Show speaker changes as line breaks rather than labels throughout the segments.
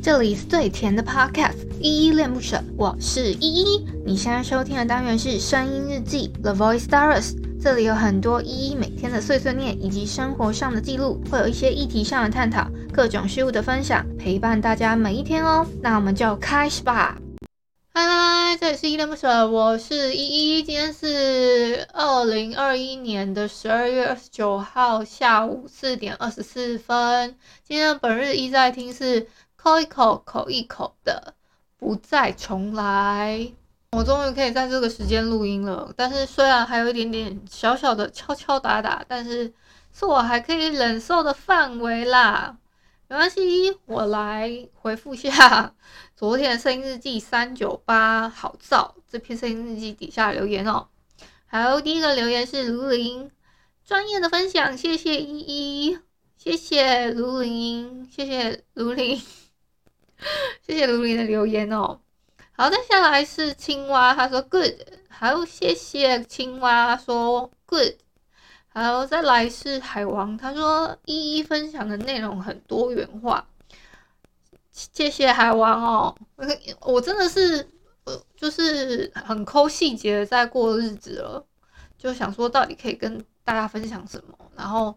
这里是最甜的 Podcast， 依依恋不舍，我是依依。你现在收听的单元是声音日记 The Voice Diaries， 这里有很多依依每天的碎碎念以及生活上的记录，会有一些议题上的探讨，各种事物的分享，陪伴大家每一天哦。那我们就开始吧。嗨，这里是依依恋不舍，我是依依。今天是2021年的12月29号下午4点24分。今天的本日依在听是扣一口口一口的不再重来。我终于可以在这个时间录音了，但是虽然还有一点点小小的敲敲打打，但是我还可以忍受的范围啦。没关系，我来回复一下昨天的声音日记398好燥这篇声音日记底下留言哦。好，第一个留言是卢林，专业的分享，谢谢依依，谢谢卢林，谢谢卢林，谢谢卢林的留言哦。好，再下来是青蛙，他说 good， 好，谢谢青蛙说 good。好，再来是海王，他说依依分享的内容很多元化，谢谢海王哦。我真的是就是很抠细节的在过日子了，就想说到底可以跟大家分享什么，然后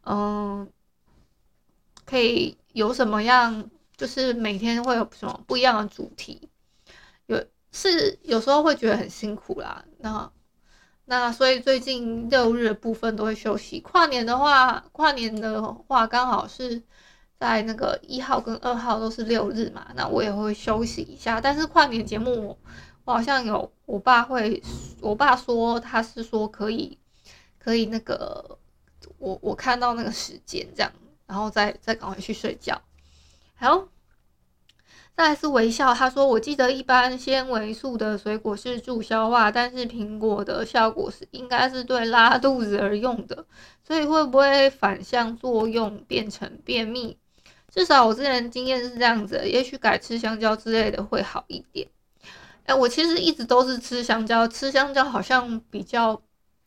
可以有什么样，就是每天会有什么不一样的主题，有时候会觉得很辛苦啦。那所以最近6日的部分都会休息。跨年的话刚好是在那个1号跟2号都是6日嘛，那我也会休息一下。但是跨年节目我好像有我爸说他是说可以那个我看到那个时间这样，然后再赶快去睡觉。好。再来是微笑，他说我记得一般纤维素的水果是助消化，但是苹果的效果应该是对拉肚子而用的，所以会不会反向作用变成便秘？至少我之前经验是这样子的，也许改吃香蕉之类的会好一点。我其实一直都是吃香蕉，吃香蕉好像比较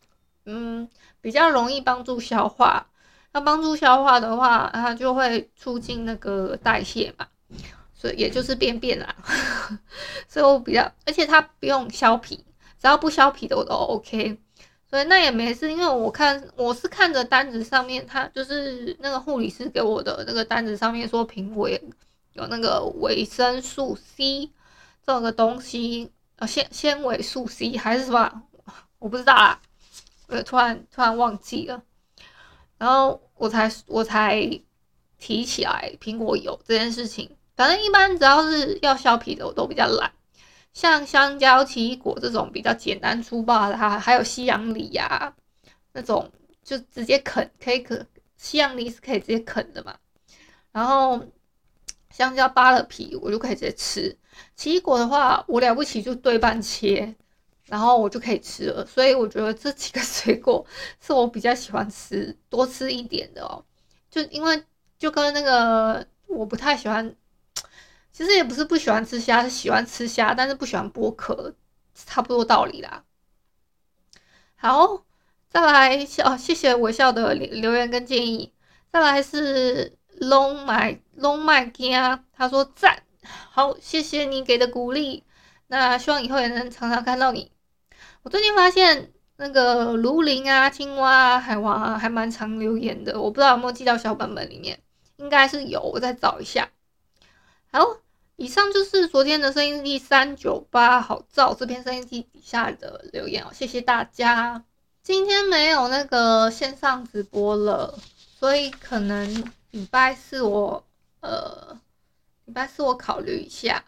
容易帮助消化。那帮助消化的话，它就会促进那个代谢嘛。所以也就是便便啦，所以我比较，而且它不用削皮，只要不削皮的我都 OK， 所以那也没事，因为我是看着单子上面，它就是那个护理师给我的那个单子上面说苹果有那个维生素 C 这个东西，纤维素 C 还是什么，我不知道啦，我突然忘记了，然后我才提起来苹果有这件事情。反正一般只要是要削皮的我都比较懒，像香蕉、奇异果这种比较简单粗暴的，还有西洋梨呀、那种就直接啃，西洋梨是可以直接啃的嘛。然后香蕉扒了皮我就可以直接吃，奇异果的话我了不起就对半切，然后我就可以吃了。所以我觉得这几个水果是我比较喜欢吃，多吃一点的哦。就因为就跟那个我不太喜欢。其实也不是不喜欢吃虾，是喜欢吃虾，但是不喜欢剥壳，差不多道理啦。好，再来谢谢微笑的留言跟建议。再来是 Long My Gia， 他说赞，好，谢谢你给的鼓励。那希望以后也能常常看到你。我最近发现那个卢林啊、青蛙啊、海王啊，还蛮常留言的，我不知道有没有记到小本本里面，应该是有，我再找一下。好。以上就是昨天的声音日记398好燥这篇声音日记底下的留言哦，谢谢大家。今天没有那个线上直播了，所以可能礼拜四我考虑一下。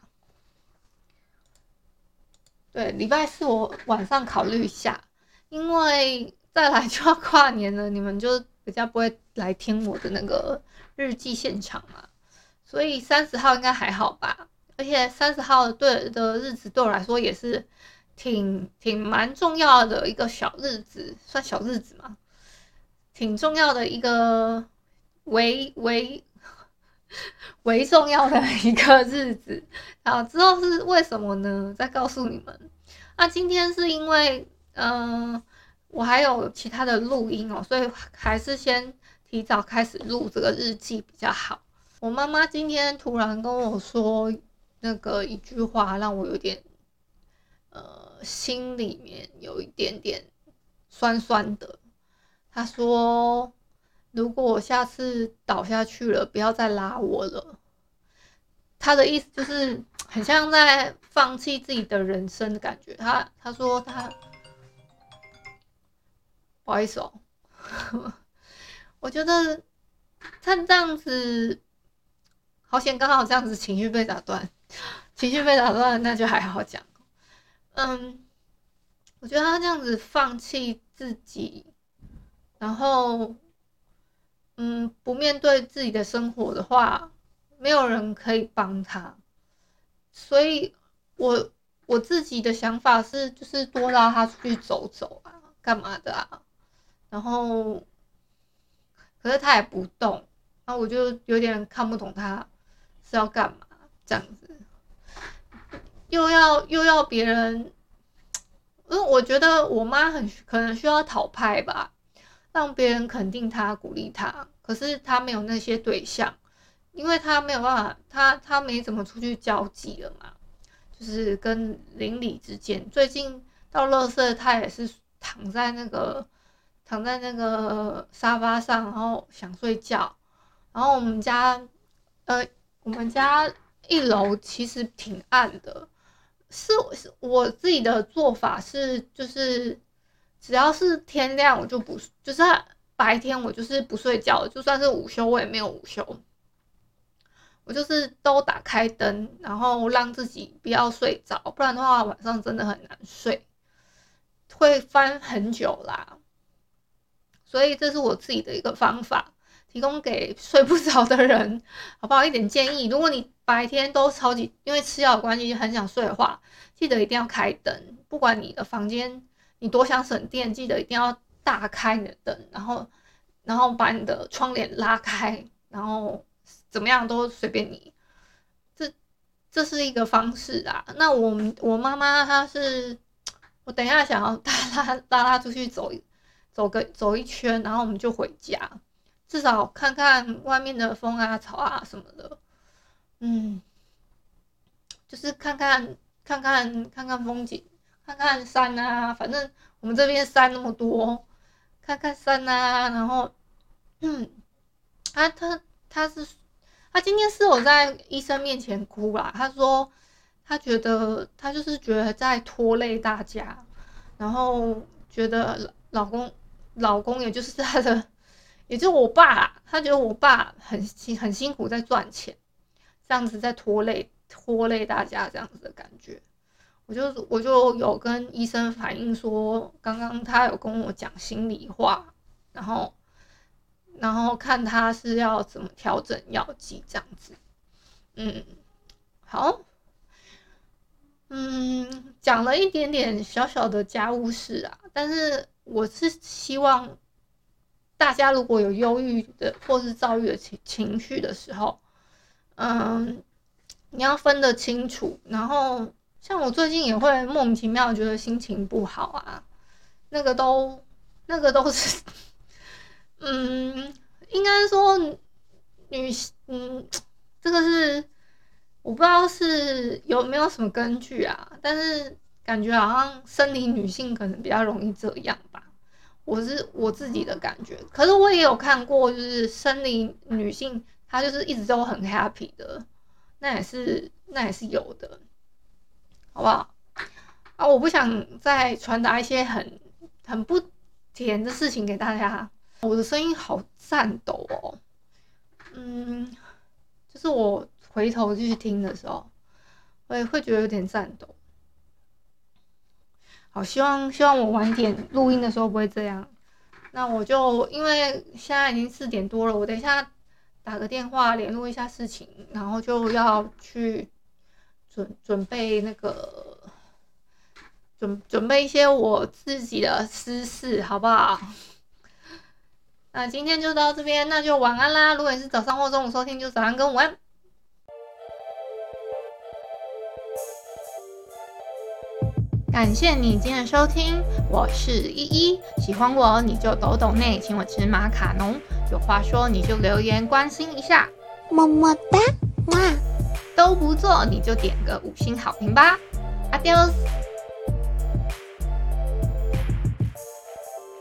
对，礼拜四我晚上考虑一下，因为再来就要跨年了，你们就比较不会来听我的那个日记现场嘛。所以30号应该还好吧，而且30号的日子对我来说也是挺蛮重要的一个小日子，算小日子嘛，挺重要的一个为重要的一个日子。好，之后是为什么呢？再告诉你们。那今天是因为我还有其他的录音哦，所以还是先提早开始录这个日记比较好。 我妈妈今天突然跟我说那个一句话，让我有点心里面有一点点酸酸的。她说：“如果我下次倒下去了，不要再拉我了。”她的意思就是很像在放弃自己的人生的感觉。她说她不好意思哦，我觉得她这样子。好险，刚好这样子情绪被打断，情绪被打断那就还好讲。我觉得他这样子放弃自己，然后不面对自己的生活的话，没有人可以帮他。所以我自己的想法是，就是多拉他出去走走啊，干嘛的啊？然后，可是他也不动，然后我就有点看不懂他是要干嘛这样子，又要别人，因为我觉得我妈可能需要讨拍吧，让别人肯定她、鼓励她。可是她没有那些对象，因为她没有办法，她没怎么出去交际了嘛，就是跟邻里之间。最近到垃圾，她也是躺在那个沙发上，然后想睡觉。然后我们家一楼其实挺暗的，是我自己的做法是，就是只要是天亮，我就不，就是白天我就是不睡觉，就算是午休我也没有午休，我就是都打开灯，然后让自己不要睡着，不然的话晚上真的很难睡，会翻很久啦。所以这是我自己的一个方法，提供给睡不着的人，好不好？一点建议，如果你白天都超级因为吃药的关系很想睡的话，记得一定要开灯，不管你的房间你多想省电，记得一定要大开你的灯，然后把你的窗帘拉开，然后怎么样都随便你。这是一个方式啊。那我妈妈她是，我等一下想要拉她出去走一圈，然后我们就回家，至少看看外面的风啊、草啊什么的。嗯，就是看看风景，看看山啊，反正我们这边山那么多，看看山啊，然后嗯，他他他是他今天是有在医生面前哭啦，他说他就是觉得在拖累大家，然后觉得老公也就是他的，也就是我爸啦，他觉得我爸很辛苦在赚钱，这样子在拖累大家这样子的感觉。我就有跟医生反映说，刚刚他有跟我讲心里话，然后看他是要怎么调整药剂这样子。好，讲了一点点小小的家务事啊，但是我是希望大家如果有忧郁的或是躁郁的情绪的时候，你要分得清楚。然后像我最近也会莫名其妙觉得心情不好啊，那个都是应该说女这个是我不知道是有没有什么根据啊，但是感觉好像生理女性可能比较容易这样吧，我自己的感觉。可是我也有看过，就是生理女性她就是一直都很 happy 的，那也是有的，好不好？啊，我不想再传达一些很不甜的事情给大家。我的声音好颤抖哦，就是我回头继续听的时候，会觉得有点颤抖。好，希望我晚点录音的时候不会这样。那我就因为现在已经4点多了，我等一下打个电话联络一下事情，然后就要去准备那个准备一些我自己的私事，好不好？那今天就到这边，那就晚安啦。如果你是早上或中午收听，就早安跟午安。感谢你今天的收听，我是依依。喜欢我你就抖内，请我吃马卡龙。有话说你就留言关心一下。
么么哒，哇！
都不做你就点个5星好评吧。Adios。